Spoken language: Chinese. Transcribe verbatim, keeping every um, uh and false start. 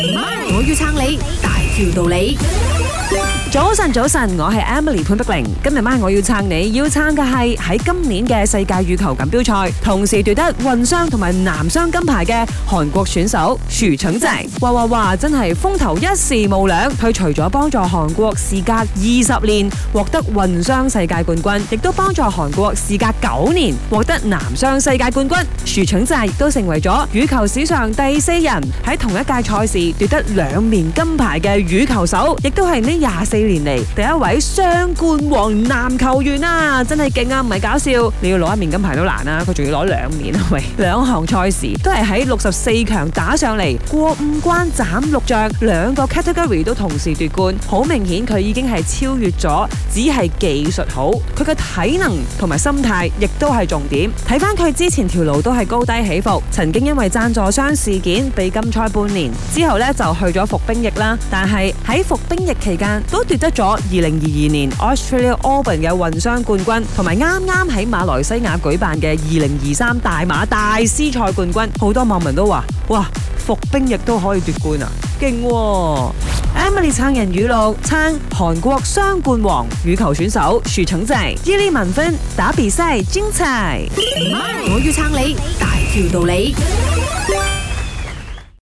我要撐你，大條道理。早晨，早晨，我係 Emily 潘碧玲。今日晚我要撐你，要撐嘅係喺今年嘅世界羽球錦標賽，同時奪得混雙同埋男雙金牌嘅韓國選手徐成澤。哇哇哇！真係風頭一時無兩。佢除咗幫助韓國事隔二十年獲得混雙世界冠軍，亦都幫助韓國事隔九年獲得男雙世界冠軍。徐成澤亦都成為咗羽球史上第四人喺同一屆賽事奪得兩面金牌嘅羽球手，亦都係呢廿四年嚟第一位雙冠王男球員啊！真係勁啊，唔係搞笑。你要攞一面金牌都難啊，佢仲要攞兩面啊！喂，兩項賽事都係喺六十四強打上嚟，過五關斬六將，兩個 category 都同時奪冠，好明顯佢已經係超越咗，只係技術好，佢嘅體能同埋心態亦都係重點。睇翻佢之前條路都係高低起伏，曾經因為贊助商事件被禁賽半年，之後呢就去咗服兵役啦。但係喺服兵役期間都奪得咗二零二二年 Australia Open 嘅混雙冠軍，同埋啱啱喺馬來西亞舉辦嘅二零二三大馬大師賽冠軍。好多網民都話：哇，服兵役都可以奪冠啊，勁喎！Emily 撐人語錄，撐韓國雙冠王羽球選手徐成澤，伊利滿分打比賽精彩。我要撐你，大條道理。